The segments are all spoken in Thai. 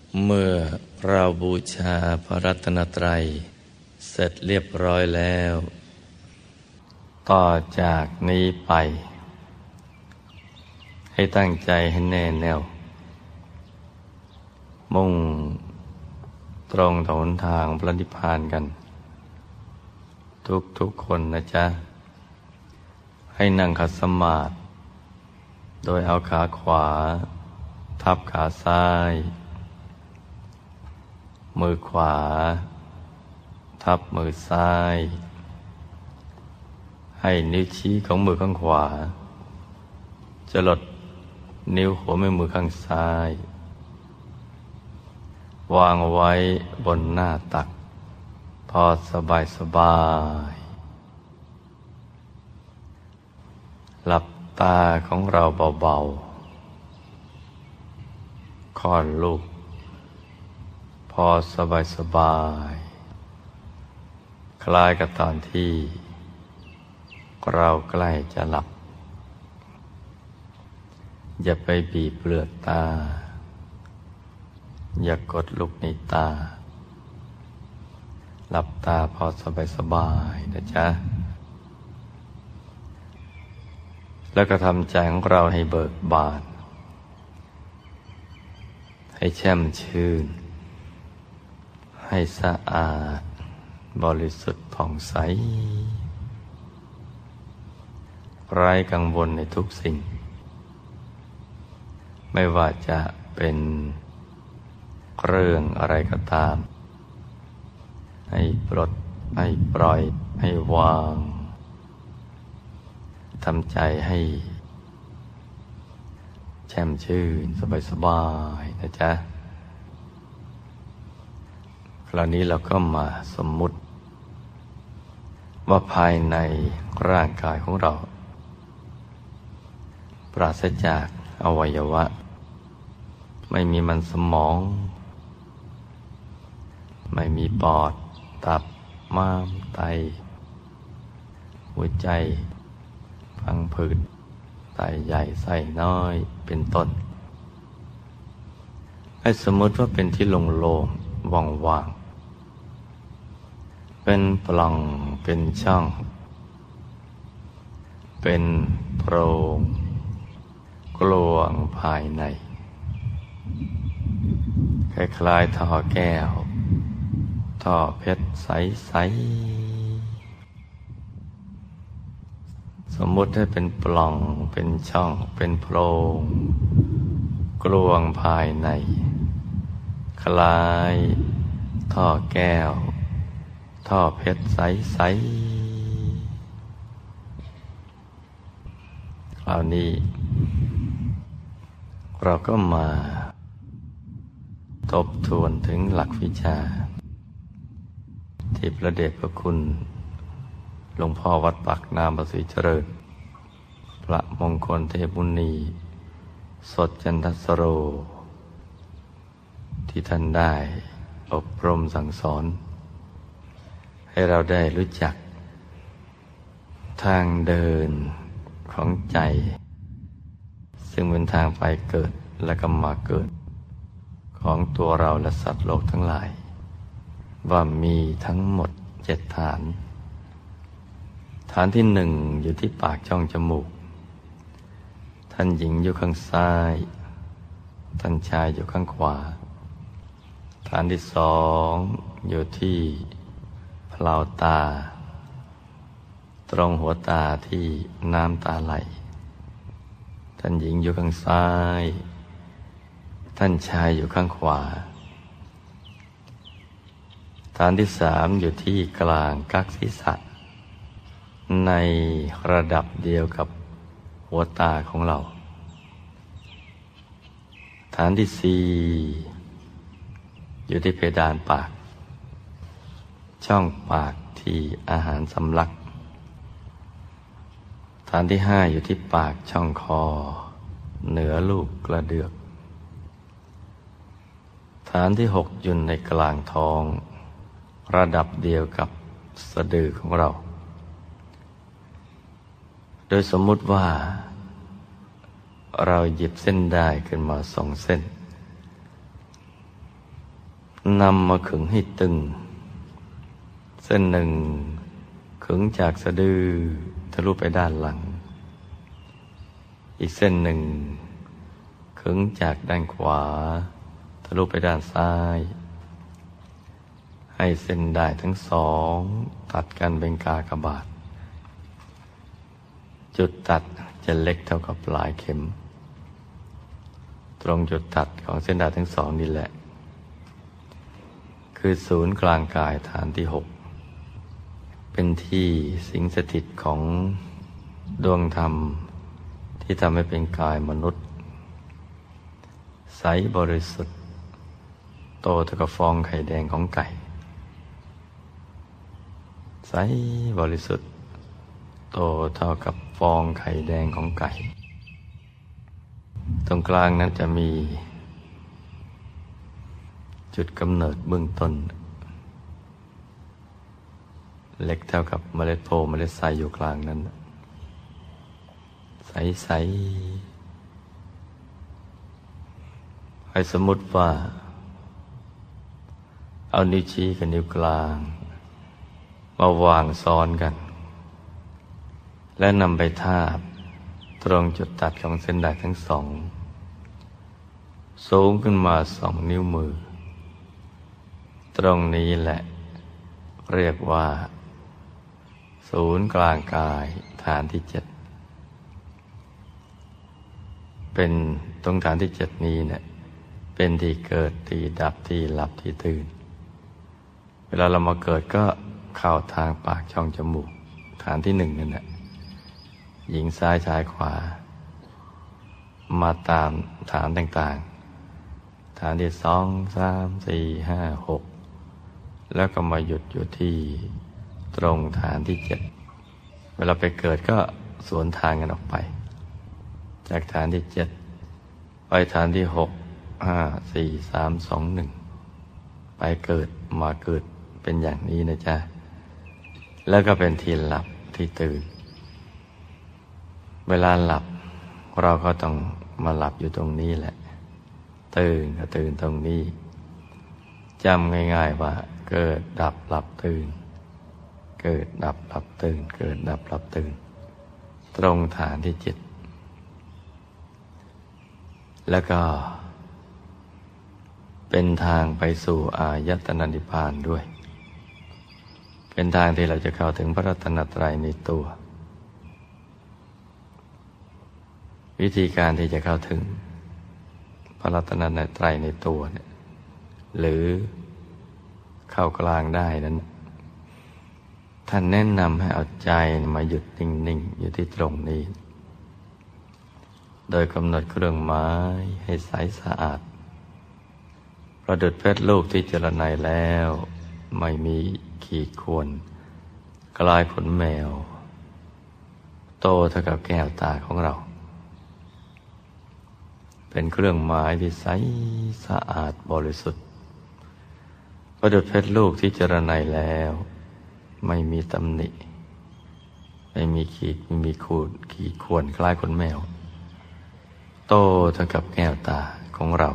เมื่อเราบูชาพระรัตนตรัยเสร็จเรียบร้อยแล้วต่อจากนี้ไปให้ตั้งใจให้แน่แน่วมุ่งตรงต่อหนทางพระนิพพานกันทุกคนนะจ๊ะให้นั่งขัดสมาธิโดยเอาขาขวาทับขาซ้ายมือขวาทับมือซ้ายให้นิ้วชี้ของมือข้างขวาจรดนิ้วหัวแม่มือข้างซ้ายวางไว้บนหน้าตักพอสบายหลับตาของเราเบาๆคลอดลูกพอสบายคล้ายกับตอนที่เราใกล้จะหลับอย่าไปบีบเปลือกตาอย่ากดลูกในตาหลับตาพอสบายนะจ๊ะแล้วก็ทำใจของเราให้เบิกบานให้แช่มชื่นให้สะอาดบริสุทธิ์ผ่องใสไร้กังวลในทุกสิ่งไม่ว่าจะเป็นเรื่องอะไรก็ตามให้ปลดให้ปล่อยให้วางทำใจให้แช่มชื่นสบายนะจ๊ะคราวนี้เราก็มาสมมุติว่าภายในร่างกายของเราปราศจากอวัยวะไม่มีมันสมองไม่มีปอดตับม้ามไตหัวใจพังผืดไตใหญ่ไส้น้อยเป็นต้นให้สมมติว่าเป็นที่โล่งๆว่างๆเป็นปล่องเป็นช่องเป็นโพรงกลวงภายในคล้ายๆท่อแก้วท่อเพชรใสๆสมมุติให้เป็นปล่องเป็นช่องเป็นโพรงกลวงภายในคล้ายท่อแก้วท่อเพชรใสๆคราวนี้เราก็มาทบทวนถึงหลักวิชาที่พระเดชพระคุณหลวงพ่อวัดปากน้ำประศรีเจริญพระมงคลเทพมุนีสดจันทสโรที่ท่านได้อบรมสั่งสอนให้เราได้รู้จักทางเดินของใจซึ่งเป็นทางไปเกิดและก็มาเกิดของตัวเราและสัตว์โลกทั้งหลายว่ามีทั้งหมด7 ฐานฐานที่1อยู่ที่ปากช่องจมูกท่านหญิงอยู่ข้างซ้ายท่านชายอยู่ข้างขวาฐานที่2อยู่ที่เพลาตาตรงหัวตาที่น้ำตาไหลท่านหญิงอยู่ข้างซ้ายท่านชายอยู่ข้างขวาฐานที่3อยู่ที่กลางกักศีรษะในระดับเดียวกับหัวตาของเราฐานที่4อยู่ที่เพดานปากช่องปากที่อาหารสำลักฐานที่5อยู่ที่ปากช่องคอเหนือลูกกระเดือกฐานที่6อยู่ในกลางท้องระดับเดียวกับสะดือของเราโดยสมมุติว่าเราหยิบเส้นด้ายขึ้นมา2 เส้นนำมาขึงให้ตึงเส้นหนึ่งขึงจากสะดือทะลุไปด้านหลังอีกเส้นหนึ่งขึงจากด้านขวาทะลุไปด้านซ้ายให้เส้นได้ทั้งสองตัดกันเป็นกากบาทจุดตัดจะเล็กเท่ากับปลายเข็มตรงจุดตัดของเส้นได้ทั้งสองนี่แหละคือศูนย์กลางกายฐานที่6เป็นที่สิงสถิตของดวงธรรมที่ทำให้เป็นกายมนุษย์ใสบริสุทธิ์โตเท่ากับฟองไข่แดงของไก่ใสบริสุทธิ์โตเท่ากับฟองไข่แดงของไก่ตรงกลางนั้นจะมีจุดกำเนิดเบื้องต้นเล็กเท่ากับเมล็ดโพธิ์เมล็ดทรายอยู่กลางนั้นใสๆให้สมมุติว่าเอานิ้วชี้กับนิ้วกลางมาวางซ้อนกันและนำไปทาบตรงจุดตัดของเส้นได้ทั้งสองสูงขึ้นมา2 นิ้วมือตรงนี้แหละเรียกว่าศูนย์กลางกายฐานที่7เป็นตรงฐานที่7นี้เนี่ยเป็นที่เกิดที่ดับที่หลับที่ตื่นเวลาเรามาเกิดก็เข้าทางปากช่องจมูกฐานที่1นั่นแหละหญิงซ้ายชายขวามาตามฐานต่างๆฐานที่2 3 4 5 6แล้วก็มาหยุดอยู่ที่ตรงฐานที่7เวลาไปเกิดก็สวนทางกันออกไปจากฐานที่7ไปฐานที่6 5 4 3 2 1ไปเกิดมาเกิดเป็นอย่างนี้นะจ๊ะแล้วก็เป็นที่หลับที่ตื่นเวลาหลับเราก็ต้องมาหลับอยู่ตรงนี้แหละตื่นก็ตื่นตรงนี้จำง่ายๆว่าเกิดดับหลับตื่นเกิดดับหลับตื่นเกิดดับหลับตื่นตรงฐานที่7แล้วก็เป็นทางไปสู่อายตนะนิพพานด้วยเป็นทางที่เราจะเข้าถึงพระรัตนตรัยในตัววิธีการที่จะเข้าถึงพระรัตนตรัยในตัวเนี่ยหรือเข้ากลางได้นั้นท่านแนะนำให้เอาใจมาหยุดนิ่งๆอยู่ที่ตรงนี้โดยกำหนดเครื่องหมายให้ใสสะอาดประดุจเพชรลูกที่เจรไนแล้วไม่มีขีดข่วนกลายขนแมวโตเท่ากับแก้วตาของเราเป็นเครื่องหมายที่ใสสะอาดบริสุทธิ์ประดุจเพชรลูกที่เจรไนแล้วไม่มีตำหนิไม่มีขีดไม่มีขีดข่วนคล้ายขนแมวโตเท่ากับแก้วตาของเรา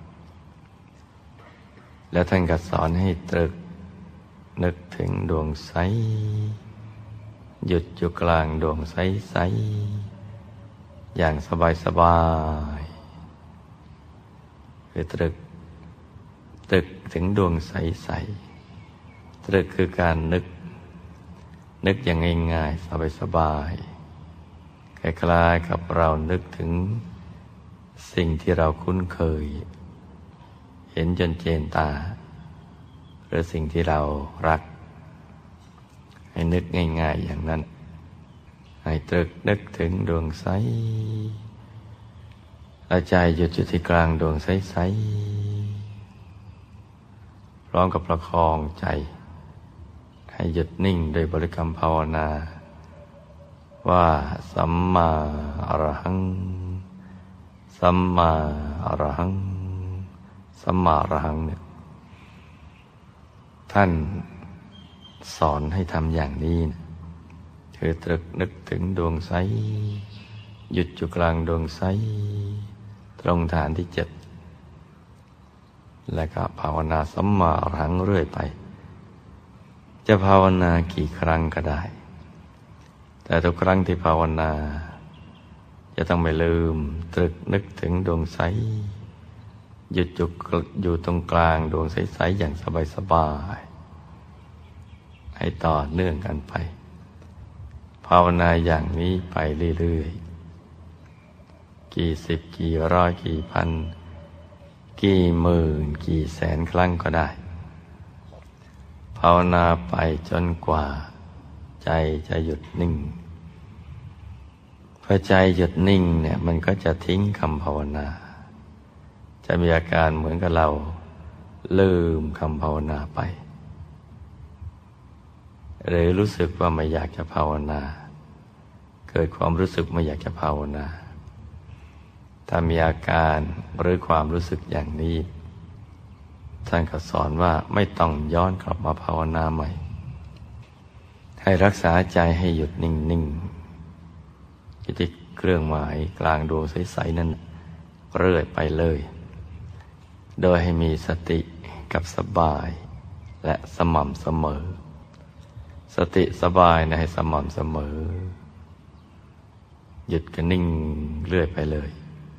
แล้วท่านก็สอนให้ตรึกนึกถึงดวงใสหยุดอยู่กลางดวงใสๆอย่างสบายๆคือตรึกถึงดวงใสๆตรึกคือการนึกอย่างง่ายๆสบายๆคล้ายๆกับเรานึกถึงสิ่งที่เราคุ้นเคยเห็นจนเจนตาหรือสิ่งที่เรารักให้นึกง่ายๆอย่างนั้นให้ตรึกนึกถึงดวงใสแล้วใจหยุดอยู่ที่กลางดวงใสๆพร้อมกับประคองใจให้หยุดนิ่งโดยบริกรรมภาวนาว่าสัมมาอรหังสัมมาอรหังสัมมาอรหังเนี่ยท่านสอนให้ทำอย่างนี้นะคือตรึกนึกถึงดวงใสหยุดอยู่กลางดวงใสตรงฐานที่7 และก็ภาวนาสัมมาอรหังเรื่อยไปจะภาวนากี่ครั้งก็ได้แต่ทุกครั้งที่ภาวนาจะต้องไม่ลืมตรึกนึกถึงดวงใสหยุดอยู่ตรงกลางดวงใสๆอย่างสบายๆให้ต่อเนื่องกันไปภาวนาอย่างนี้ไปเรื่อยๆกี่สิบกี่ร้อยกี่พันกี่หมื่นกี่แสนครั้งก็ได้ภาวนาไปจนกว่าใจจะหยุดนิ่งพอใจหยุดนิ่งเนี่ยมันก็จะทิ้งคำภาวนาจะมีอาการเหมือนกับเราลืมคำภาวนาไปหรือรู้สึกว่าไม่อยากจะภาวนาเกิดความรู้สึกไม่อยากจะภาวนาถ้ามีอาการหรือความรู้สึกอย่างนี้ท่านก็สอนว่าไม่ต้องย้อนกลับมาภาวนาใหม่ให้รักษาใจให้หยุดนิ่งๆอยู่ที่เครื่องหมายกลางดวงใสๆนั้นเรื่อยไปเลยโดยให้มีสติกับสบายและสม่ำเสมอสติสบายนะให้สม่ำเสมอหยุดกันนิ่งเรื่อยไปเลย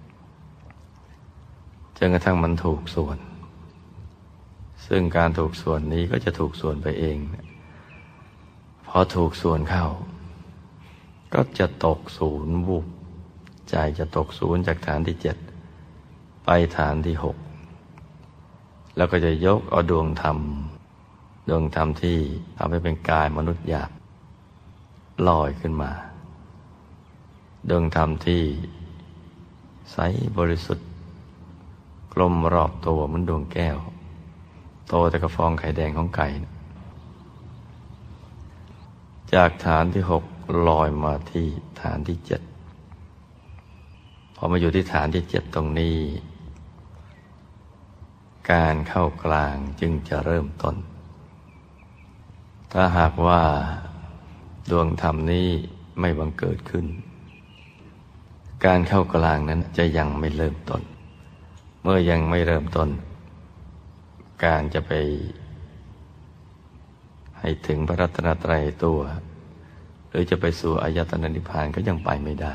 จนกระทั่งมันถูกส่วนซึ่งการถูกส่วนนี้ก็จะถูกส่วนไปเองพอถูกส่วนเข้าก็จะตกศูนย์วูบใจจะตกศูนย์จากฐานที่7ไปฐานที่6แล้วก็จะยกเอาดวงธรรมที่ทำให้เป็นกายมนุษย์หยาบลอยขึ้นมาดวงธรรมที่ใสบริสุทธิ์กลมรอบตัวเหมือนดวงแก้วโตแต่กระฟองไข่แดงของไก่จากฐานที่6ลอยมาที่ฐานที่7พอมาอยู่ที่ฐานที่7ตรงนี้การเข้ากลางจึงจะเริ่มต้นถ้าหากว่าดวงธรรมนี้ไม่บังเกิดขึ้นการเข้ากลางนั้นจะยังไม่เริ่มต้นเมื่อยังไม่เริ่มต้นการจะไปให้ถึงพระรัตนตรัยตัวหรือจะไปสู่อายตนะนิพพานก็ยังไปไม่ได้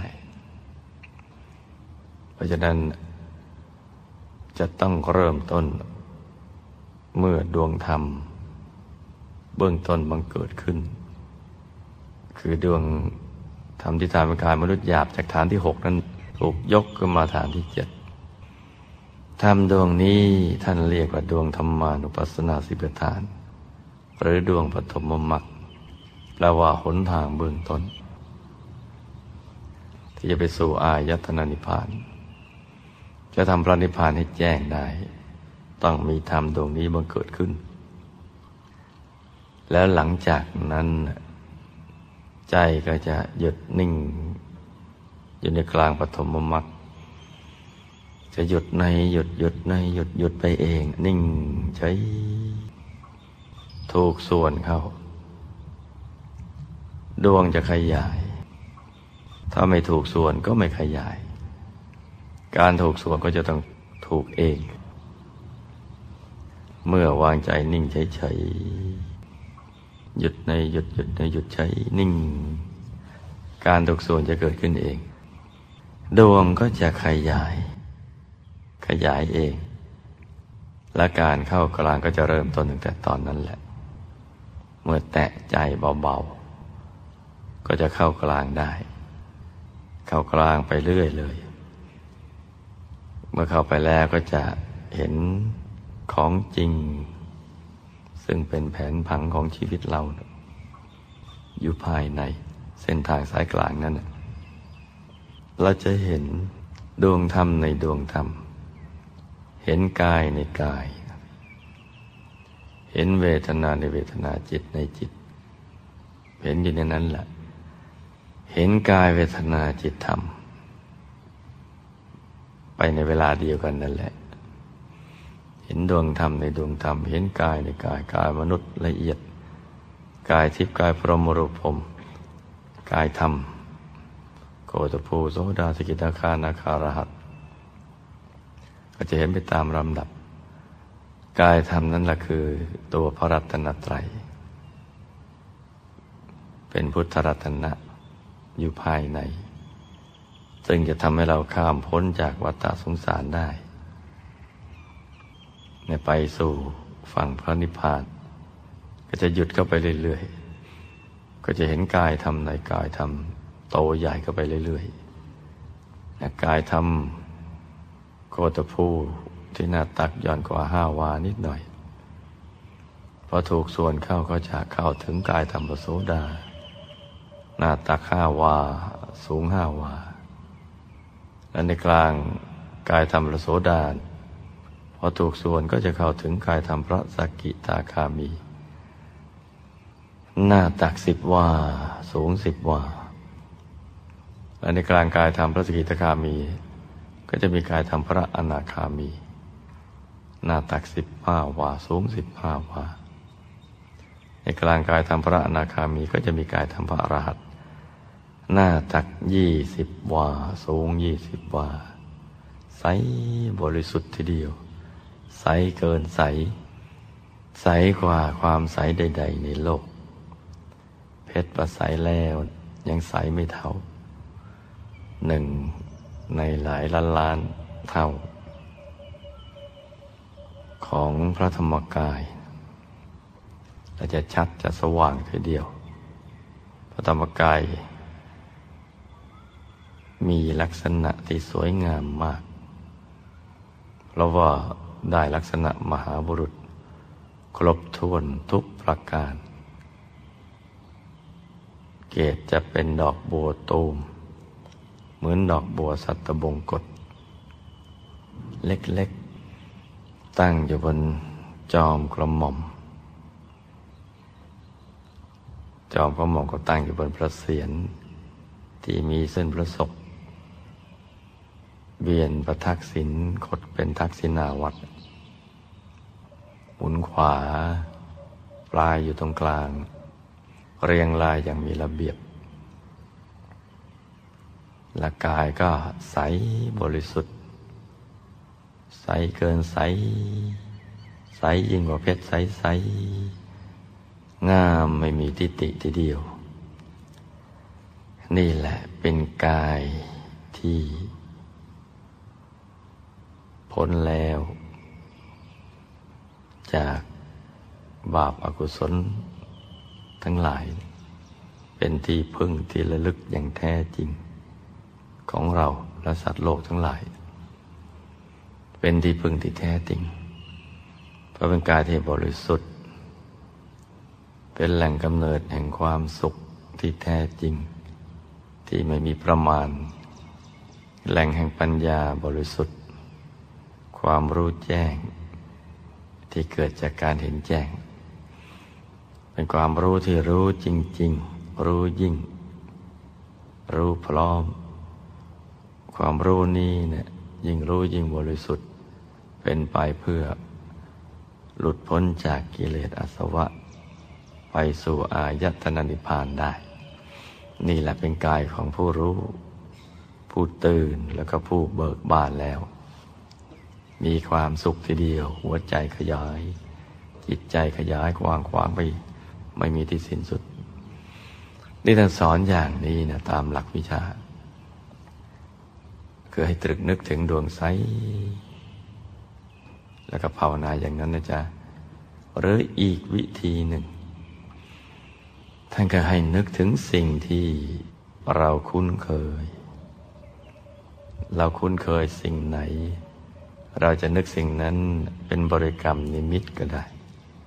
เพราะฉะนั้นจะต้องเริ่มต้นเมื่อดวงธรรมเบื้องต้นบังเกิดขึ้นคือดวงธรรมที่ทำเป็นกายมนุษย์หยาบจากฐานที่6นั้นถูกยกขึ้นมาฐานที่7ธรรมดวงนี้ท่านเรียกว่าดวงธรรมานุปัสสนาสิบฐานหรือดวงปฐมมรรคแปลว่าหนทางเบื้องต้นที่จะไปสู่อายตนะนิพพานจะทำพระนิพพานให้แจ้งได้ต้องมีธรรมดวงนี้บังเกิดขึ้นแล้วหลังจากนั้นใจก็จะหยุดนิ่งอยู่ในกลางปฐมมรรคจะหยุดในหยุดไปเองนิ่งเฉยถูกส่วนเข้าดวงจะขยายถ้าไม่ถูกส่วนก็ไม่ขยายการถูกส่วนก็จะต้องถูกเองเมื่อวางใจนิ่งเฉยหยุดในหยุดเฉยนิ่งการถูกส่วนจะเกิดขึ้นเองดวงก็จะขยายเองและการเข้ากลางก็จะเริ่มต้นตั้งแต่ตอนนั้นแหละเมื่อแตะใจเบาๆก็จะเข้ากลางได้เข้ากลางไปเรื่อยเลยเมื่อเข้าไปแล้วก็จะเห็นของจริงซึ่งเป็นแผนผังของชีวิตเราอยู่ภายในเส้นทางสายกลางนั้นเราจะเห็นดวงธรรมในดวงธรรมเห็นกายในกายเห็นเวทนาในเวทนาจิตในจิตเห็นอยู่ในนั้นแหละเห็นกายเวทนาจิตธรรมไปในเวลาเดียวกันนั่นแหละเห็นดวงธรรมในดวงธรรมเห็นกายในกายกายมนุษย์ละเอียดกายทิพย์กายพรหมรูปพรหมกายธรรมโกฏภูโสดาสกิทาคานาคารหัตก็จะเห็นไปตามลำดับกายธรรมนั่นแหละคือตัวพระรัตนตรัยเป็นพุทธรัตนะอยู่ภายในซึ่งจะทำให้เราข้ามพ้นจากวัฏสงสารได้ไปสู่ฝั่งพระนิพพานก็จะหยุดเข้าไปเรื่อยๆก็จะเห็นกายธรรมในกายธรรมโตใหญ่เข้าไปเรื่อยๆกายธรรมโคตภูที่หน้าตักย่อนกว่า5 วานิดหน่อยพอถูกส่วนเข้าก็จะเข้าถึงกายธรรมพระโสดาหน้าตัก5 วาสูง5 วาและในกลางกายธรรมพระโสดาพอถูกส่วนก็จะเข้าถึงกายธรรมพระสกิทาคามีหน้าตัก10 วาสูง10 วาและในกลางกายธรรมพระสกิทาคามีก็จะมีกายธรรมพระอนาคามีหน้าตัก15 วาสูง15 วาในกลางกายธรรมพระอนาคามีก็จะมีกายธรรมพระอรหันต์หน้าตัก20 วาสูง20 วาใสบริสุทธิ์ทีเดียวใสเกินใสใสกว่าความใสใดๆในโลกเพชรประใสแล้วยังใสไม่เท่า1 ในหลายล้านๆเท่าของพระธรรมกายและจะชัดจะสว่างทีเดียวพระธรรมกายมีลักษณะที่สวยงามมากเพราะว่าได้ลักษณะมหาบุรุษครบถ้วนทุกประการเกศจะเป็นดอกบัวตูมเหมือนดอกบัวสัตบงกฎเล็กๆตั้งอยู่บนจอมกระหม่อมจอมกระหม่อมก็ตั้งอยู่บนพระเศียรที่มีเส้นประศกเวียนประทักษิณคดเป็นทักษิณาวัตรหมุนขวาปลายอยู่ตรงกลางเรียงรายอย่างมีระเบียบและกายก็ใสบริสุทธิ์ใสเกินใสใสยิ่งกว่าเพชรใสงามไม่มีทิฏฐิทีเดียวนี่แหละเป็นกายที่พ้นแล้วจากบาปอกุศลทั้งหลายเป็นที่พึ่งที่ระลึกอย่างแท้จริงของเราและสัตว์โลกทั้งหลายเป็นที่พึ่งที่แท้จริงเพราะเป็นกายที่บริสุทธิ์เป็นแหล่งกำเนิดแห่งความสุขที่แท้จริงที่ไม่มีประมาณแหล่งแห่งปัญญาบริสุทธิ์ความรู้แจ้งที่เกิดจากการเห็นแจ้งเป็นความรู้ที่รู้จริงๆรู้ยิ่งรู้พร้อมความรู้นี้เนี่ยยิ่งรู้ยิ่งบริสุทธิ์เป็นไปเพื่อหลุดพ้นจากกิเลสอาสวะไปสู่อายตนะนิพพานได้นี่แหละเป็นกายของผู้รู้ผู้ตื่นแล้วก็ผู้เบิกบานแล้วมีความสุขทีเดียวหัวใจขยายจิตใจขยายกว้างขวางไปไม่มีที่สิ้นสุดนี่ท่านสอนอย่างนี้นะตามหลักวิชาคือให้ตรึกนึกถึงดวงใสแล้วก็ภาวนาอย่างนั้นนะจ๊ะหรืออีกวิธีหนึ่งท่านก็ให้นึกถึงสิ่งที่เราคุ้นเคยสิ่งไหนเราจะนึกสิ่งนั้นเป็นบริกรรมนิมิตก็ได้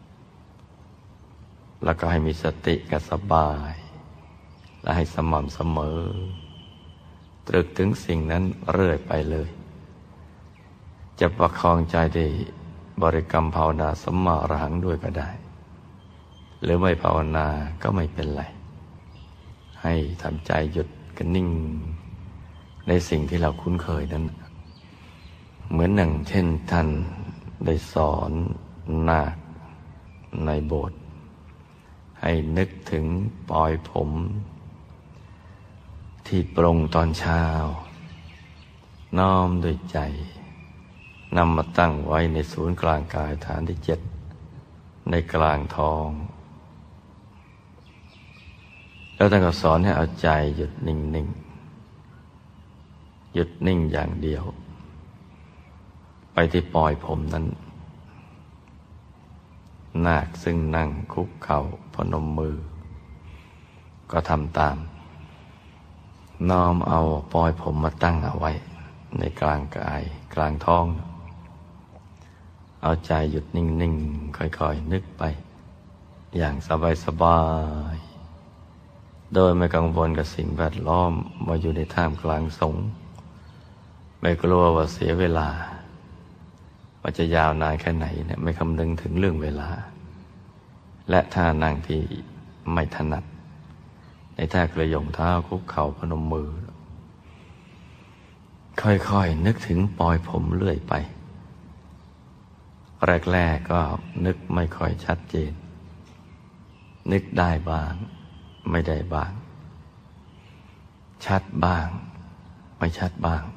แล้วก็ให้มีสติกับสบายและให้สม่ำเสมอตรึกถึงสิ่งนั้นเรื่อยไปเลยจะประคองใจได้บริกรรมภาวนาสัมมาอรหังด้วยก็ได้หรือไม่ภาวนาก็ไม่เป็นไรให้ทำใจหยุดกันนิ่งในสิ่งที่เราคุ้นเคยนั้นเหมือนหนึ่งเช่นท่านได้สอนนาคในโบสถ์ให้นึกถึงปลอยผมที่ปรงตอนเช้าน้อมด้วยใจนำมาตั้งไว้ในศูนย์กลางกายฐานที่7ในกลางท้องแล้วท่านก็สอนให้เอาใจหยุดนิ่งๆหยุดนิ่งอย่างเดียวไปที่ปลายผมนั้นนาคซึ่งนั่งคุกเข่าพนมมือก็ทำตามน้อมเอาปลายผมมาตั้งเอาไว้ในกลางกายกลางท้องเอาใจหยุดนิ่งๆค่อยๆนึกไปอย่างสบายๆโดยไม่กังวลกับสิ่งแวดล้อมมาอยู่ในท่ามกลางสงฆ์ไม่กลัวว่าเสียเวลาว่าจะยาวนานแค่ไหนเนี่ยไม่คำนึงถึงเรื่องเวลาและท่านั่งที่ไม่ถนัดในท่ากระยงเท้าคุกเข่าพนมมือค่อยๆนึกถึงปลายผมเรื่อยไปแรกๆก็นึกไม่ค่อยชัดเจนนึกได้บ้างไม่ได้บ้างชัดบ้างไม่ชัดบ้าง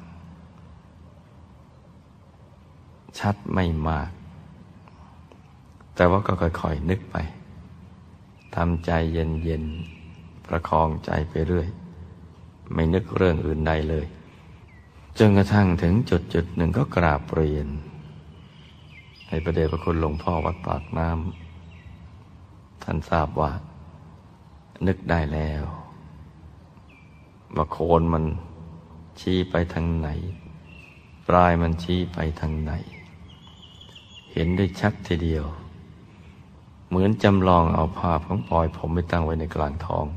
ชัดไม่มากแต่ว่าก็ค่อยๆนึกไปทำใจเย็นๆประคองใจไปเรื่อยไม่นึกเรื่องอื่นใดเลยจนกระทั่งถึงจุดหนึ่งก็กราบเรียนให้พระเดชพระคุณหลวงพ่อวัดปากน้ำท่านทราบว่านึกได้แล้วว่าโคนมันชี้ไปทางไหนปลายมันชี้ไปทางไหนเห็นได้ชัดทีเดียวเหมือนจำลองเอาภาพของปลายผมไปตั้งไว้ในกลางท้อง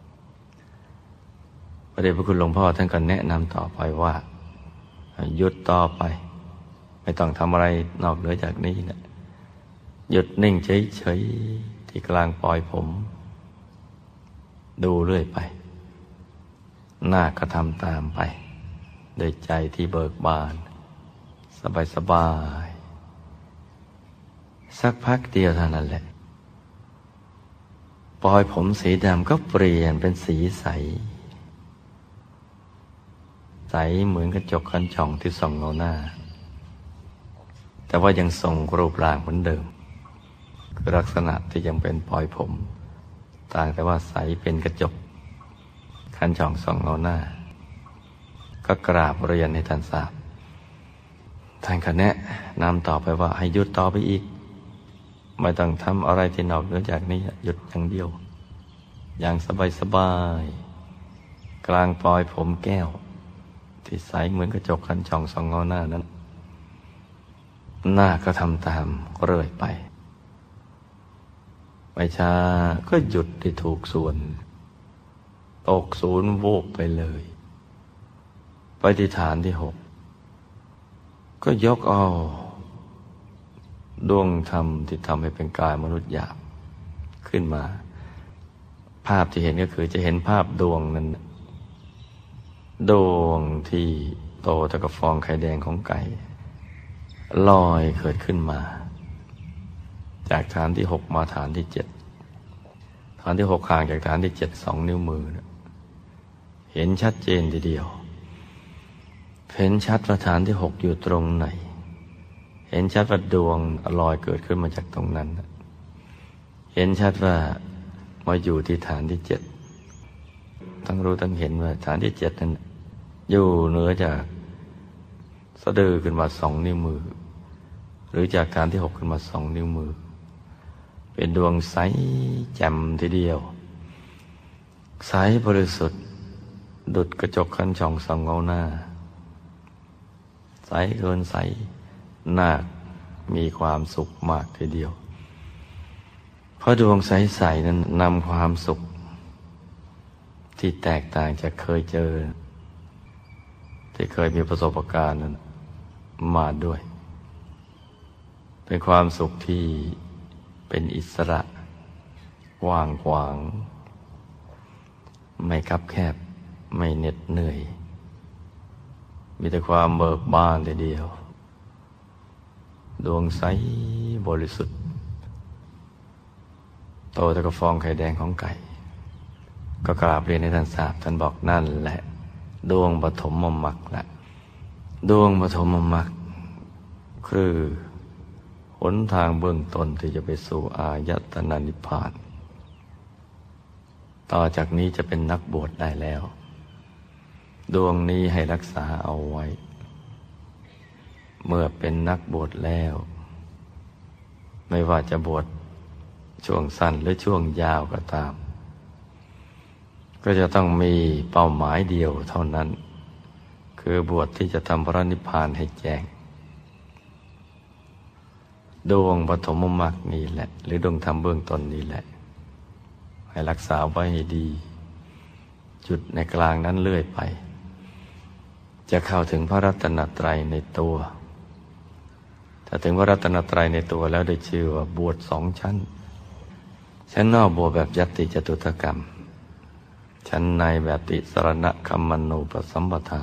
พระเดชพระคุณหลวงพ่อท่านก็แนะนำต่อไปว่าหยุดต่อไปไม่ต้องทำอะไรนอกเหนือจากนี้นะหยุดนิ่งเฉยๆที่กลางปลายผมดูเรื่อยไปหน้าก็ทำตามไปโดยใจที่เบิกบานสบายๆสักพักเดียวเท่านั้นแหละปลายผมสีดำก็เปลี่ยนเป็นสีใสใสเหมือนกระจกคันช่องที่ส่องเงาหน้าแต่ว่ายังทรงรูปร่างเหมือนเดิมคือลักษณะที่ยังเป็นปลายผมต่างแต่ว่าใสเป็นกระจกคันช่องส่องเงาหน้าก็กราบเรียนให้ท่านทราบท่านก็แนะนำต่อไปว่าให้หยุดต่อไปอีกไม่ต้องทำอะไรที่นอกเหนือจากนี้หยุดอย่างเดียวอย่างสบายๆกลางปลายผมแก้วที่ใสเหมือนกระจกคันช่องส่องเงาหน้านั้นหน้าก็ทำตามเรื่อยไปไม่ช้าก็หยุดได้ถูกส่วนตกศูนย์วูบไปเลยไปที่ฐานที่6ก็ยกเอาดวงธรรมที่ทำให้เป็นกายมนุษย์หยาบขึ้นมาภาพที่เห็นก็คือจะเห็นภาพดวงนั้นดวงที่โตเท่ากับฟองไข่แดงของไก่ลอยเกิดขึ้นมาจากฐานที่6มาฐานที่7ฐานที่6ห่างจากฐานที่7 2 นิ้วมือเห็นชัดเจนทีเดียวเห็นชัดว่าฐานที่6อยู่ตรงไหนเห็นชัดว่าดวงลอยเกิดขึ้นมาจากตรงนั้นเห็นชัดว่ามาอยู่ที่ฐานที่7ทั้งรู้ทั้งเห็นว่าฐานที่7นั้นอยู่เหนือจากสะดือขึ้นมา2 นิ้วมือหรือจากฐานที่6ขึ้นมา2 นิ้วมือเป็นดวงใสแจ่มทีเดียวใสบริสุทธิ์ดุจกระจกคันช่องส่องเงาหน้าใสเกินใสนาคมีความสุขมากทีเดียวเพราะดวงใสๆนั้นนำความสุขที่แตกต่างจากเคยเจอที่เคยมีประสบการณ์นั้นมาด้วยเป็นความสุขที่เป็นอิสระว่างขวางไม่คับแคบไม่เหน็ดเหนื่อยมีแต่ความเบิกบานทีเดียวดวงใสบริสุทธิ์โตเท่ากับฟองไข่แดงของไก่ก็กราบเรียนให้ท่านทราบท่านบอกนั่นแหละดวงปฐมมรรคละดวงปฐมมรรคคือหนทางเบื้องต้นที่จะไปสู่อายตนะนิพพานต่อจากนี้จะเป็นนักบวชได้แล้วดวงนี้ให้รักษาเอาไว้เมื่อเป็นนักบวชแล้วไม่ว่าจะบวชช่วงสั้นหรือช่วงยาวก็ตามก็จะต้องมีเป้าหมายเดียวเท่านั้นคือบวชที่จะทำพระนิพพานให้แจ้งดวงปฐมมรรคนี้แหละหรือดวงธรรมเบื้องต้นนี้แหละให้รักษาไว้ให้ดีจุดในกลางนั้นเรื่อยไปจะเข้าถึงพระรัตนตรัยในตัวถ้าถึงพระรัตนตรัยในตัวแล้วได้ชื่อว่าบวชสองชั้นชั้นนอกบวชแบบยัตติจตุถกรรมชั้นในแบบติสรณคัมมนูปสัมปทา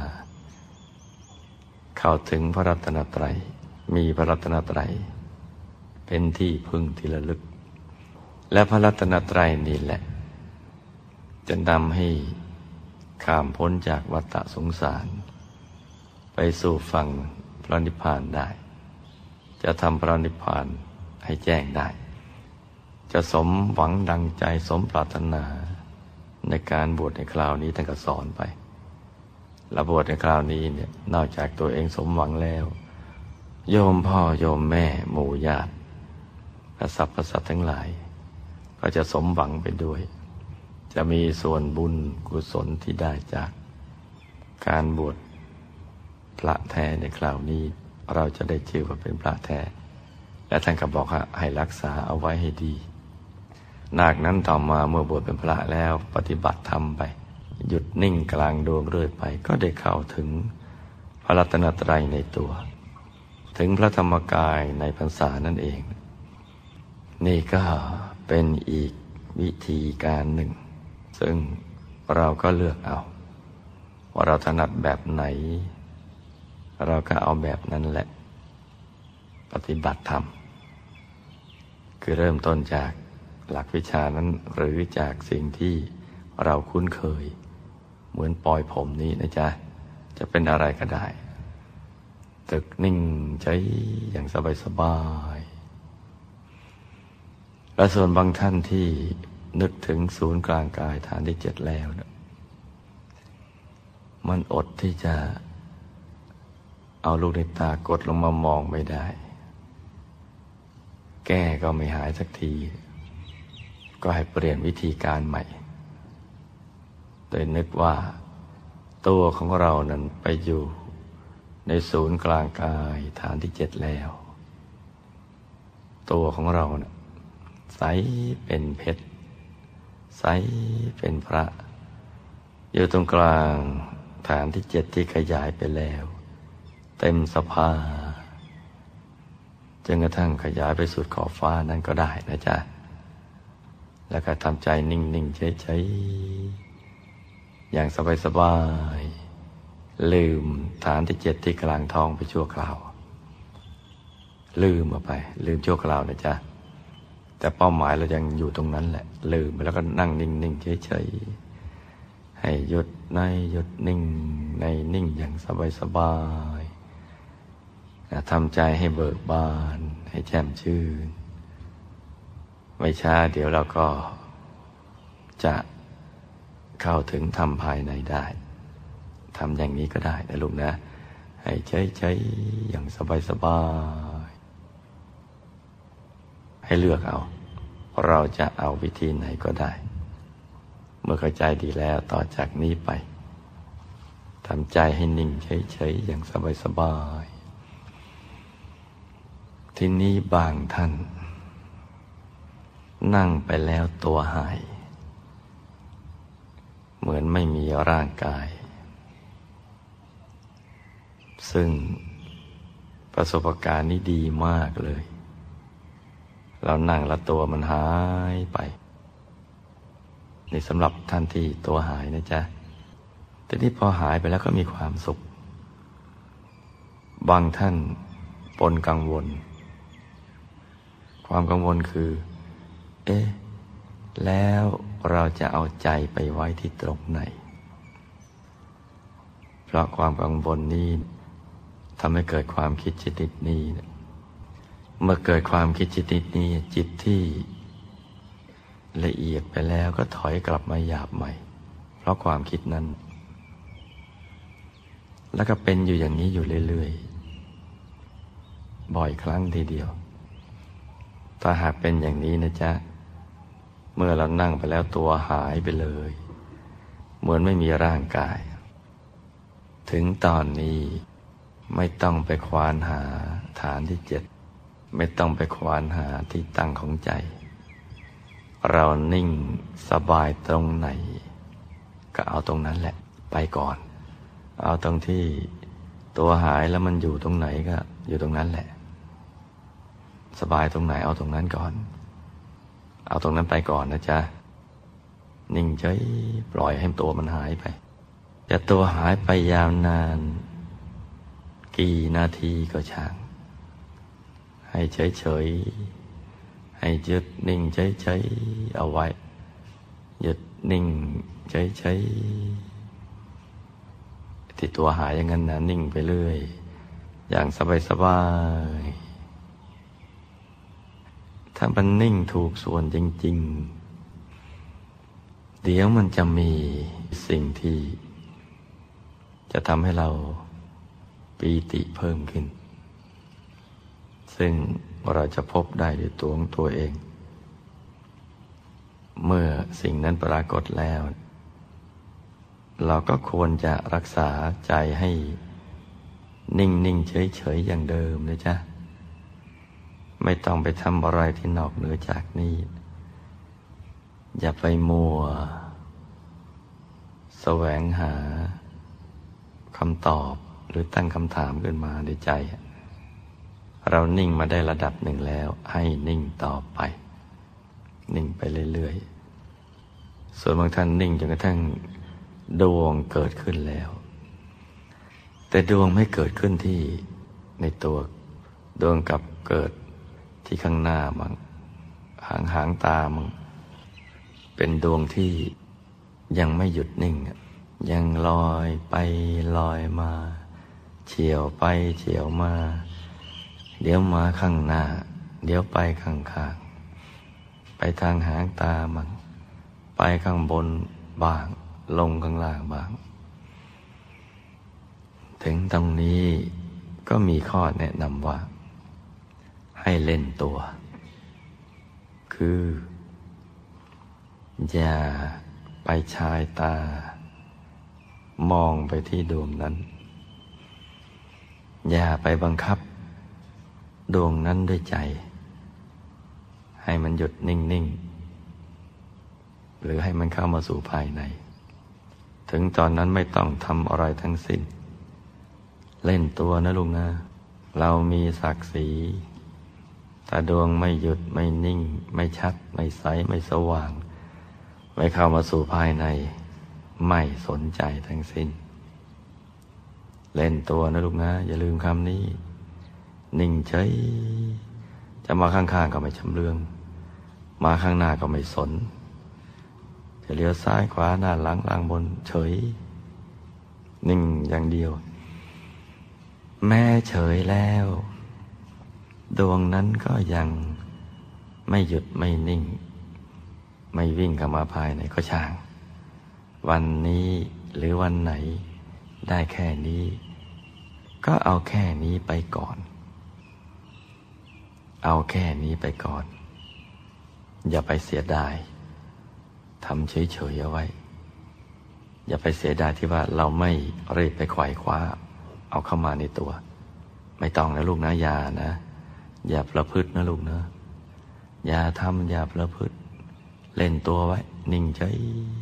เข้าถึงพระรัตนตรัยมีพระรัตนตรัยเป็นที่พึ่งที่ระลึกและพระรัตนตรัยนี่แหละจะนำให้ข้ามพ้นจากวัฏสงสารไปสู่ฝั่งพระนิพพานได้จะทำพระนิพพานให้แจ้งได้จะสมหวังดังใจสมปรารถนาในการบวชในคราวนี้ท่านก็สอนไปและบวชในคราวนี้เนี่ยนอกจากตัวเองสมหวังแล้วโยมพ่อโยมแม่หมู่ญาติและสรรพสัตว์ทั้งหลายก็จะสมหวังไปด้วยจะมีส่วนบุญกุศลที่ได้จากการบวชพระแท้ในคราวนี้เราจะได้ชื่อว่าเป็นพระแท้และท่านก็บอกให้รักษาเอาไว้ให้ดีนาคนั้นต่อมาเมื่อบวชเป็นพระแล้วปฏิบัติธรรมไปหยุดนิ่งกลางดวงเรื่อยไปก็ได้เข้าถึงพระรัตนตรัยในตัวถึงพระธรรมกายในพรรษานั่นเองนี่ก็เป็นอีกวิธีการหนึ่งซึ่งเราก็เลือกเอาว่าเราถนัดแบบไหนเราก็เอาแบบนั้นแหละปฏิบัติธรรมคือเริ่มต้นจากหลักวิชานั้นหรือจากสิ่งที่เราคุ้นเคยเหมือนปล่อยผมนี้นะจ๊ะจะเป็นอะไรก็ได้ตึกนิ่งใจอย่างสบายๆและส่วนบางท่านที่นึกถึงศูนย์กลางกายฐานที่7แล้วนะมันอดที่จะเอาลูกในตากดลงมามองไม่ได้แก้ก็ไม่หายสักทีก็ให้เปลี่ยนวิธีการใหม่โดยนึกว่าตัวของเรานั้นไปอยู่ในศูนย์กลางกายฐานที่7แล้วตัวของเราเนี่ยใสเป็นเพชรใสเป็นพระอยู่ตรงกลางฐานที่7ที่ขยายไปแล้วเต็มสภาจนกระทั่งขยายไปสุดขอบฟ้านั้นก็ได้นะจ๊ะแล้วก็ทำใจนิ่งๆเฉยๆอย่างสบายๆลืมฐานที่7ที่กลางท้องไปชั่วคราวลืมออกไปลืมชั่วคราวนะจ๊ะแต่เป้าหมายเรายังอยู่ตรงนั้นแหละลืมไปแล้วก็นั่งนิ่งๆเฉยๆให้หยุดในหยุดนิ่งในนิ่งอย่างสบายๆทำใจให้เบิกบานให้แจ่มชื่นไม่ช้าเดี๋ยวเราก็จะเข้าถึงธรรมภายในได้ทำอย่างนี้ก็ได้นะลูกนะให้ใช้อย่างสบายๆให้เลือกเอาเราจะเอาวิธีไหนก็ได้เมื่อเข้าใจดีแล้วต่อจากนี้ไปทำใจให้นิ่งเฉยๆอย่างสบายๆทีนี้บางท่านนั่งไปแล้วตัวหายเหมือนไม่มีร่างกายซึ่งประสบการณ์นี้ดีมากเลยเรานั่งแล้วตัวมันหายไปนี่สำหรับท่านที่ตัวหายนะจ๊ะแต่นี่พอหายไปแล้วก็มีความสุขบางท่านปนกังวลความกังวลคือแล้วเราจะเอาใจไปไว้ที่ตรงไหนเพราะความกังวลนี้ทำให้เกิดความคิดชนิดนี้เมื่อเกิดความคิดชนิดนี้จิตที่ละเอียดไปแล้วก็ถอยกลับมาหยาบใหม่เพราะความคิดนั้นแล้วก็เป็นอยู่อย่างนี้อยู่เรื่อยๆบ่อยครั้งทีเดียวถ้าหากเป็นอย่างนี้นะจ๊ะเมื่อเรานั่งไปแล้วตัวหายไปเลยเหมือนไม่มีร่างกายถึงตอนนี้ไม่ต้องไปควานหาฐานที่7ไม่ต้องไปควานหาที่ตั้งของใจเรานิ่งสบายตรงไหนก็เอาตรงนั้นแหละไปก่อนเอาตรงที่ตัวหายแล้วมันอยู่ตรงไหนก็อยู่ตรงนั้นแหละสบายตรงไหนเอาตรงนั้นก่อนเอาตรงนั้นไปก่อนนะจ๊ะนิ่งเฉยปล่อยให้ตัวมันหายไปจะตัวหายไปยาวนานกี่นาทีก็ช่างให้เฉยๆให้หยุดนิ่งเฉยๆเอาไว้หยุดนิ่งเฉยๆที่ตัวหายอย่างนั้นนะนิ่งไปเรื่อยอย่างสบายๆถ้ามันนิ่งถูกส่วนจริงๆเดี๋ยวมันจะมีสิ่งที่จะทำให้เราปีติเพิ่มขึ้นซึ่งเราจะพบได้ด้วยตัวของตัวเองเมื่อสิ่งนั้นปรากฏแล้วเราก็ควรจะรักษาใจให้นิ่งๆเฉยๆอย่างเดิมนะจ๊ะไม่ต้องไปทำอะไรที่นอกเหนือจากนี้อย่าไปมัวแสวงหาคำตอบหรือตั้งคำถามขึ้นมาในใจเรานิ่งมาได้ระดับหนึ่งแล้วให้นิ่งต่อไปนิ่งไปเรื่อยๆส่วนบางท่านนิ่งจนกระทั่งดวงเกิดขึ้นแล้วแต่ดวงไม่เกิดขึ้นที่ในตัวดวงกับเกิดที่ข้างหน้ามั่งหางตามั่งเป็นดวงที่ยังไม่หยุดนิ่งยังลอยไปลอยมาเฉียวไปเฉียวมาเดี๋ยวมาข้างหน้าเดี๋ยวไปข้างๆไปทางหางตามั่งไปข้างบนบ้างลงข้างล่างบ้างถึงตรงนี้ก็มีข้อแนะนำว่าให้เล่นตัวคืออย่าไปชายตามองไปที่ดวงนั้นอย่าไปบังคับดวงนั้นด้วยใจให้มันหยุดนิ่งๆหรือให้มันเข้ามาสู่ภายในถึงตอนนั้นไม่ต้องทำอะไรทั้งสิ้นเล่นตัวนะลุงนะเรามีศักดิ์ศรีถ้าดวงไม่หยุดไม่นิ่งไม่ชัดไม่ใสไม่สว่างไม่เข้ามาสู่ภายในไม่สนใจทั้งสิ้นเล่นตัวนะลูกนะอย่าลืมคำนี้นิ่งเฉยจะมาข้างๆก็ไม่ชำเลืองมาข้างหน้าก็ไม่สนจะเลี้ยวซ้ายขวาหน้าหลังล่างบนเฉยนิ่งอย่างเดียวแม้เฉยแล้วดวงนั้นก็ยังไม่หยุดไม่นิ่งไม่วิ่งเข้ามาภายในก็ช่างวันนี้หรือวันไหนได้แค่นี้ก็เอาแค่นี้ไปก่อนเอาแค่นี้ไปก่อนอย่าไปเสียดายทำเฉยๆเอาไว้อย่าไปเสียดายที่ว่าเราไม่รีบไปไขว่คว้าเอาเข้ามาในตัวไม่ต้องนะลูกนะอย่านะอย่าประพฤตินะลูกนะอย่าทำอย่าประพฤติเล่นตัวไว้นิ่งเฉย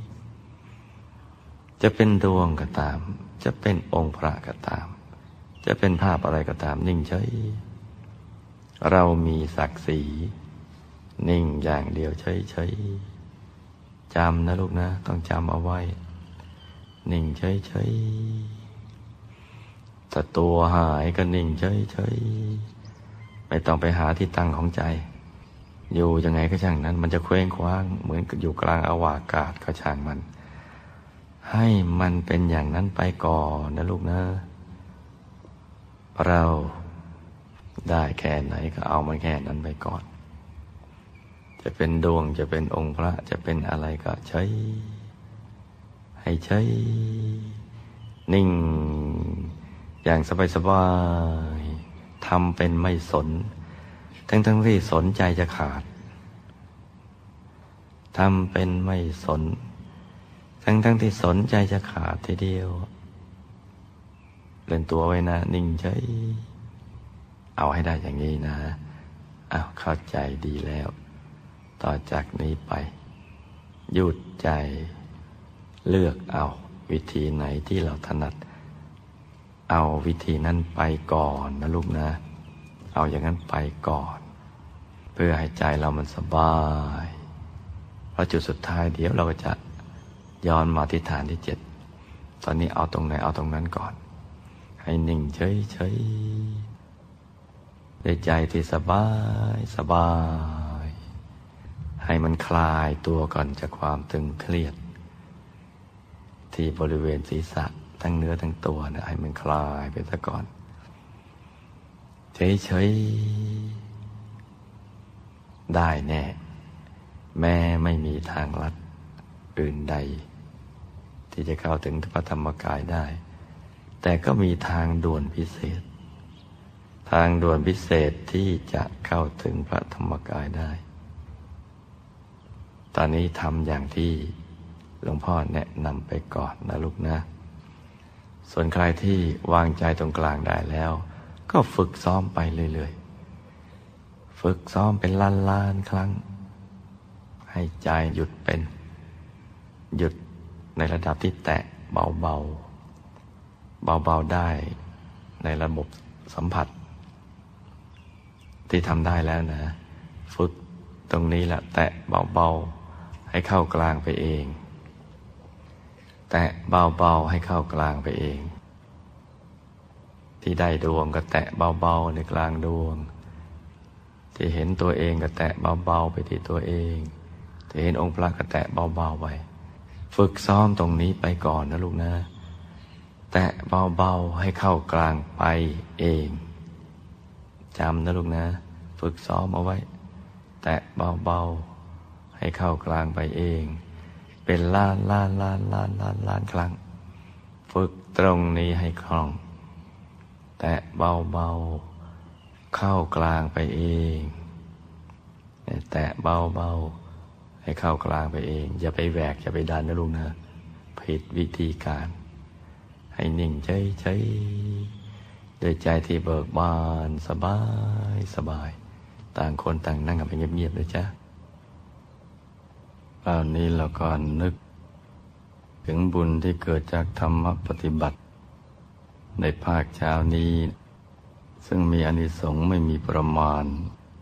จะเป็นดวงก็ตามจะเป็นองค์พระก็ตามจะเป็นภาพอะไรก็ตามนิ่งเฉยเรามีศักดิ์ศรีนิ่งอย่างเดียวเฉยๆจำนะลูกนะต้องจำเอาไว้นิ่งเฉยๆถ้าตัวหายก็นิ่งเฉยๆไม่ต้องไปหาที่ตั้งของใจอยู่ยังไงก็ช่างนั้นมันจะเคว้งคว้างเหมือนกับอยู่กลางอวกาศก็ช่างมันให้มันเป็นอย่างนั้นไปก่อนนะลูกนะเราได้แค่ไหนก็เอามาแค่นั้นไปก่อน จะเป็นดวงจะเป็นองค์พระจะเป็นอะไรก็ใช้ให้ใช้นิ่งอย่างสบายๆทำเป็นไม่สนทั้งที่สนใจจะขาดทำเป็นไม่สนทั้งที่สนใจจะขาดทีเดียวเล่นตัวไว้นะนิ่งใช้เอาให้ได้อย่างนี้นะเข้าใจดีแล้วต่อจากนี้ไปหยุดใจเลือกเอาวิธีไหนที่เราถนัดเอาวิธีนั้นไปก่อนนะลูกนะเอาอย่างนั้นไปก่อนเพื่อให้ใจเรามันสบายเพราะจุดสุดท้ายเดี๋ยวเราก็จะย้อนมาที่ฐานที่7ตอนนี้เอาตรงไหนเอาตรงนั้นก่อนให้นิ่งเฉยๆด้วยใจที่สบายให้มันคลายตัวก่อนจากความตึงเครียดที่บริเวณศีรษะทั้งเนื้อทั้งตัวนะให้มันคลายไปซะก่อนเฉยๆได้แน่แม้ไม่มีทางลัดอื่นใดที่จะเข้าถึงพระธรรมกายได้แต่ก็มีทางด่วนพิเศษทางด่วนพิเศษที่จะเข้าถึงพระธรรมกายได้ตอนนี้ทำอย่างที่หลวงพ่อแนะนำไปก่อนนะลูกนะส่วนใครที่วางใจตรงกลางได้แล้วก็ฝึกซ้อมไปเรื่อยๆฝึกซ้อมเป็นล้านๆครั้งให้ใจหยุดเป็นหยุดในระดับที่แตะเบาๆได้ในระบบสัมผัสที่ทำได้แล้วนะฝึกตรงนี้แหละแตะเบาๆให้เข้ากลางไปเองแตะเบาๆให้เข้ากลางไปเองที่ได้ดวงก็แตะเบาๆในกลางดวงที่เห็นตัวเองก็แตะเบาๆไปที่ตัวเองที่เห็นองค์พระก็แตะเบาๆไว้ฝึกซ้อมตรงนี้ไปก่อนนะลูกนะแตะเบาๆให้เข้ากลางไปเองจำนะลูกนะฝึกซ้อมเอาไว้แตะเบาๆให้เข้ากลางไปเองเป็นล้านครั้งฝึกตรงนี้ให้คล่องแตะเบาๆเข้ากลางไปเองแตะเบาๆให้เข้ากลางไปเองอย่าไปแหวกอย่าไปดันนะลูกนะผิดวิธีการให้นิ่งเฉยๆด้วยใจที่เบิกบานสบายต่างคนต่างนั่งกันไปเงียบๆเลยจ้ะคราวนี้เราก็นึกถึงบุญที่เกิดจากธรรมปฏิบัติในภาคเช้านี้ซึ่งมีอานิสงส์ไม่มีประมาณ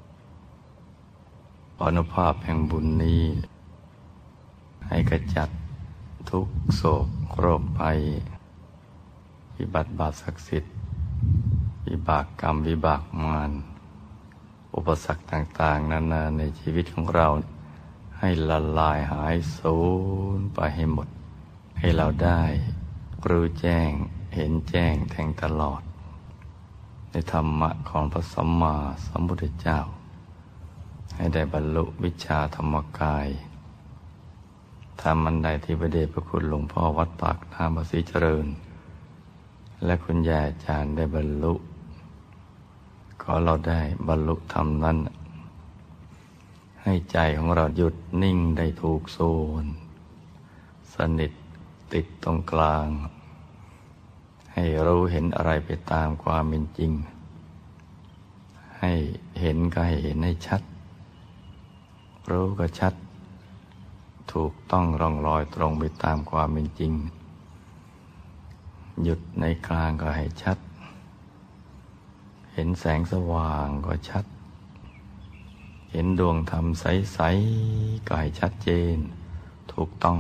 อนุภาพแห่งบุญนี้ให้ขจัดทุกโศกโรคภัยวิบัติบาปศักดิ์สิทธิ์วิบากกรรมวิบากมารอุปสรรคต่างๆนานาในชีวิตของเราให้ละลายหายสูญไปให้หมดให้เราได้รู้แจ้งเห็นแจ้งแทงตลอดในธรรมะของพระสัมมาสัมพุทธเจ้าให้ได้บรรลุวิชชาธรรมกายธรรมอันใดที่พระเดชพระคุณหลวงพ่อวัดปากน้ำภาษีเจริญและคุณยายอาจารย์ได้บรรลุขอเราได้บรรลุธรรมนั้นให้ใจของเราหยุดนิ่งได้ถูกส่วนสนิทติดตรงกลางให้รู้เห็นอะไรไปตามความเป็นจริงให้เห็นก็ให้เห็นให้ชัดรู้ก็ชัดถูกต้องร่องรอยตรงไปตามความเป็นจริงหยุดในกลางก็ให้ชัดเห็นแสงสว่างก็ชัดเห็นดวงธรรมใสๆก็ให้ชัดเจนถูกต้อง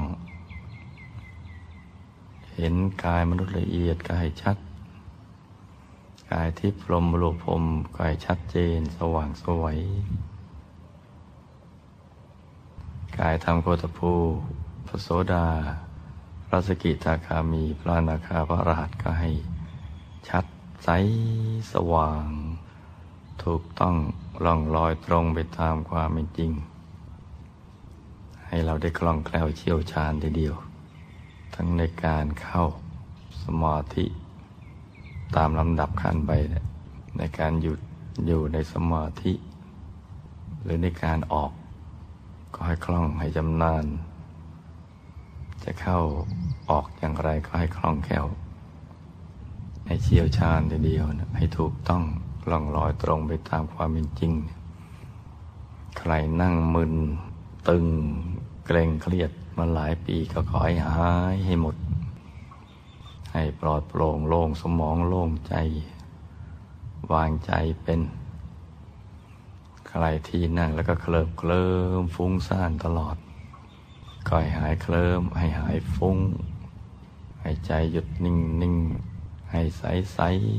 เห็นกายมนุษย์ละเอียดก็ให้ชัดกายทิพย์พรหมโลกพรหมก็ให้ชัดเจนสว่างไสวกายธรรมโคตภูพระโสดาพระสกิทาคามีพระอนาคาพระอรหันต์ก็ให้ชัดใสสว่างถูกต้องล่องลอยตรงไปตามความเป็นจริงให้เราได้คล่องแคล่วเชี่ยวชาญทีเดียวทั้งในการเข้าสมาธิตามลำดับขั้นไปในการหยุดอยู่ในสมาธิหรือในการออกก็ให้คล่องให้ชำนาญจะเข้าออกอย่างไรก็ให้คล่องแคล่วให้เชี่ยวชาญทีเดียวให้ถูกต้องล่องลอยตรงไปตามความเป็นจริงใครนั่งมึนตึงเกร็งเครียดมาหลายปีก็ขอให้หายให้หมดให้ปลอดโปร่งโล่งสมองโล่งใจวางใจเป็นใครที่นั่งแล้วก็เคลิ้มฟุ้งซ่านตลอดก็ให้หายเคลิ้มให้หายฟุ้งให้ใจหยุดนิ่งให้ใส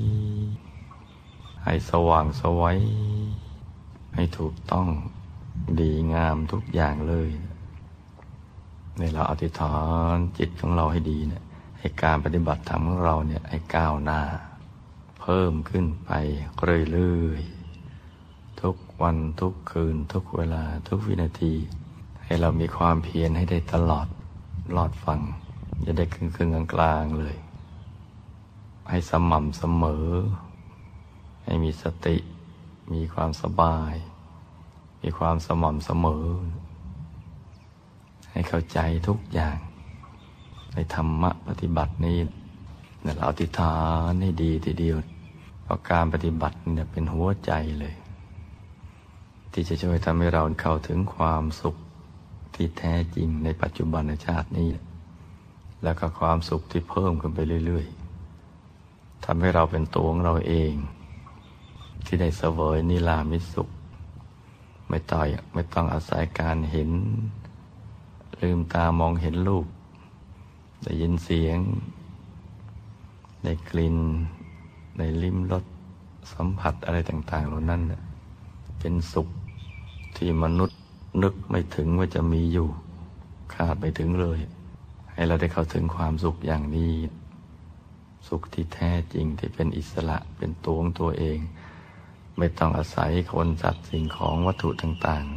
ให้สว่างสวัยให้ถูกต้องดีงามทุกอย่างเลยในเราอธิษฐานจิตของเราให้ดีเนี่ยให้การปฏิบัติธรรมของเราเนี่ยให้ก้าวหน้าเพิ่มขึ้นไปเรื่อยๆทุกวันทุกคืนทุกเวลาทุกวินาทีให้เรามีความเพียรให้ได้ตลอดรอดฟังจะได้ครึ่งกลางๆเลยให้สม่ำเสมอให้มีสติมีความสบายมีความสม่ำเสมอให้เข้าใจทุกอย่างในธรรมะปฏิบัตินี้เราอธิษฐานให้ดีทีเดียวเพราะการปฏิบัติเนี่ยเป็นหัวใจเลยที่จะช่วยทำให้เราเข้าถึงความสุขที่แท้จริงในปัจจุบันชาตินี้แล้วก็ความสุขที่เพิ่มขึ้นไปเรื่อยๆทำให้เราเป็นตัวของเราเองที่ได้เสวยนิรามิตสุขไม่ต้องอาศัยการเห็นลืมตามองเห็นรูปได้ยินเสียงได้กลิ่นได้ลิ้มรสสัมผัสอะไรต่างๆเหล่านั้นเป็นสุขที่มนุษย์นึกไม่ถึงว่าจะมีอยู่คาดไม่ถึงเลยให้เราได้เข้าถึงความสุขอย่างนี้สุขที่แท้จริงที่เป็นอิสระเป็นตัวของตัวเองไม่ต้องอาศัยคนสัตว์สิ่งของวัตถุต่าง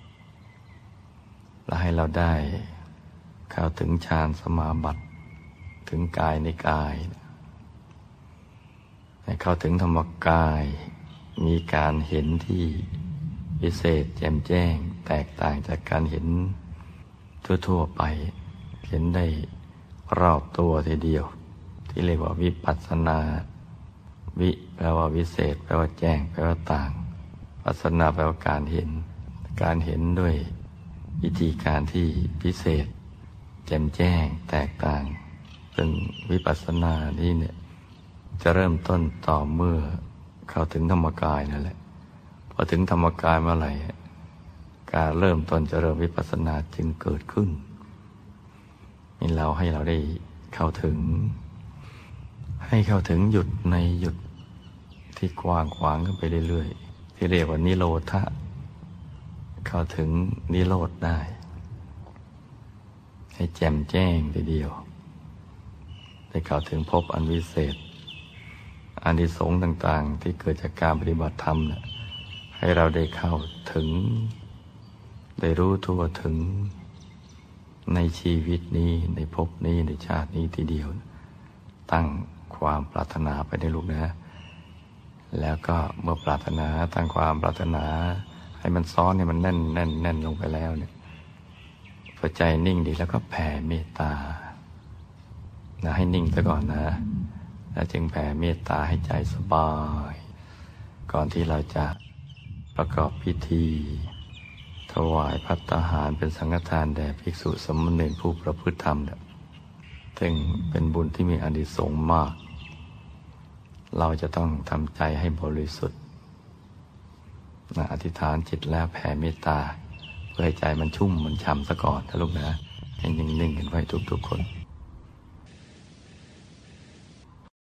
ๆและให้เราได้เข้าถึงฌานสมาบัติถึงกายในกายให้เข้าถึงธรรมกายมีการเห็นที่พิเศษแจ่มแจ้งแตกต่างจากการเห็นทั่วๆไปเห็นได้รอบตัวทีเดียวที่เรียกว่าวิปัสสนาวิแปลว่าวิเศษแปลว่าแจ้งแปลว่าต่างปัสสนาแปลว่าการเห็นด้วยวิธีการที่พิเศษแจ่มแจ้งแตกต่างซึ่งวิปัสสนานี้เนี่ยจะเริ่มต้นต่อเมื่อเข้าถึงธรรมกายนั่นแหละพอถึงธรรมกายเมื่อไหร่การเริ่มต้นเจริญวิปัสสนาจึงเกิดขึ้นนี่เราให้เราได้เข้าถึงหยุดในหยุดที่กว้างขวางขึ้นไปเรื่อยๆที่เรียกว่านิโรธะเข้าถึงนิโรธได้ให้แจ่มแจ้งทีเดียวได้เข้าถึงภพอันวิเศษอานิสงส์ต่างๆที่เกิดจากการปฏิบัติธรรมให้เราได้เข้าถึงได้รู้ทั่วถึงในชีวิตนี้ในภพนี้ในชาตินี้ทีเดียวตั้งความปรารถนาไปในลูกนะแล้วก็เมื่อปรารถนาตั้งความปรารถนาให้มันซ้อนให้มันแน่นลงไปแล้วเนี่ยพอใจนิ่งดีแล้วก็แผ่เมตตาให้นิ่งซะก่อนนะแล้วจึงแผ่เมตตาให้ใจสบายก่อนที่เราจะประกอบพิธีถวายภัตตาหารเป็นสังฆทานแด่ภิกษุสามเณรผู้ประพฤติธรรมซึ่งเป็นบุญที่มีอานิสงส์มากเราจะต้องทำใจให้บริสุทธิ์อธิษฐานจิตแล้วแผ่เมตตาเพื่อให้ใจมันชุ่มมันฉ่ำซะก่อนนะลูกนะให้นิ่งๆกันไว้ทุกๆคน